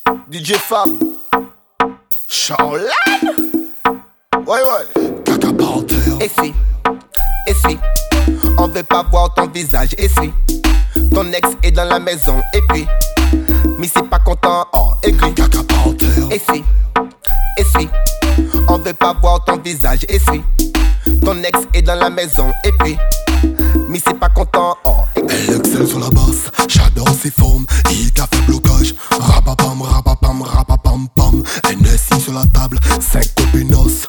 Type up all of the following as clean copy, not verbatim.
DJ Fab, Shaolan. Ouais. Caca par terre. Essuie, on veut pas voir ton visage. Essuie, ton ex est dans la maison. Et puis, mais c'est pas content. Oh, aigri. Caca par terre. Essuie, on veut pas voir ton visage. Essuie, ton ex est dans la maison. Et puis, mais c'est pas content. Oh, elle excelle sur la basse, j'adore ses formes. Il a fait blocage, rapapam, rapapam, rapapam, pam. NSI sur la table, 5 copinos.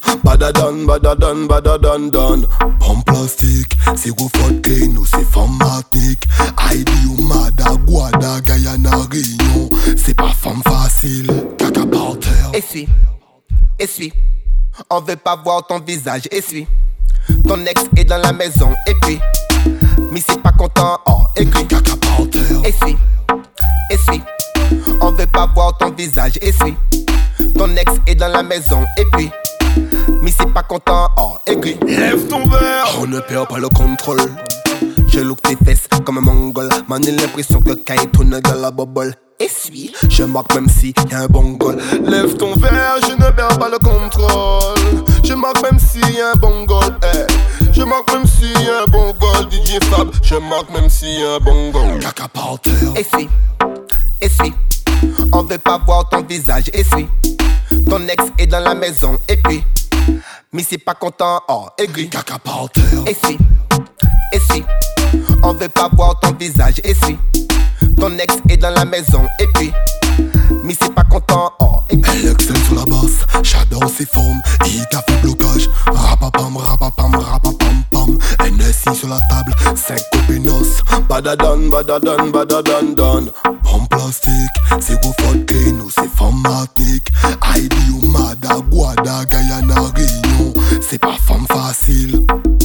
Badadan, don. Pomme plastique, c'est gros faute clean ou c'est femme matnique. Heidi ou Mada, Guada, Guyana, Réunion. C'est pas femme facile, caca par terre. Essuie, on veut pas voir ton visage. Essuie, ton ex est dans la maison. Et puis, mais c'est pas content. Oh, aigri. Caca par terre. Essuie, on veut pas voir ton visage. Essuie, ton ex est dans la maison. Et puis, mais c'est pas content. Oh, aigri. Lève ton verre, on ne perd pas le contrôle. Je look tes fesses comme un mongol. Man, j'ai l'impression que Kai tourne dans la bobole. Essuie, je marque même si y'a un bon goal. Lève ton verre, je ne perds pas le contrôle. Je marque même si y'a un bon goal. Je marque même si y'a un bon goal. DJ Fab, je marque même si y'a un bon goal. Caca par terre. Essuie, on veut pas voir ton visage. Essuie, ton ex est dans la maison. Et puis, mais c'est pas content. Oh, aigri. Caca par terre. Essuie, on veut pas voir ton visage. Essuie, ton ex est dans la maison. Et puis, mais c'est pas content. Oh, aigri. Elle excelle sur la basse, j'adore ses formes. Il a fait blocage, rapapam, rapapam, rapapam, pam. NSI sur la table, 5 copinos. Badadan, don. Pomme plastique, c'est gros faute clean ou c'est femme matnique. Heidi ou Mada, Guada, Guyana, Réunion. C'est pas femme facile.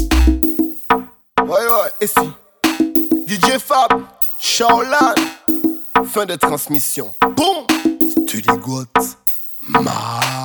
Ouais, essuie. DJ Fab, Shaolan. Fin de transmission. Boum. Studio Goat,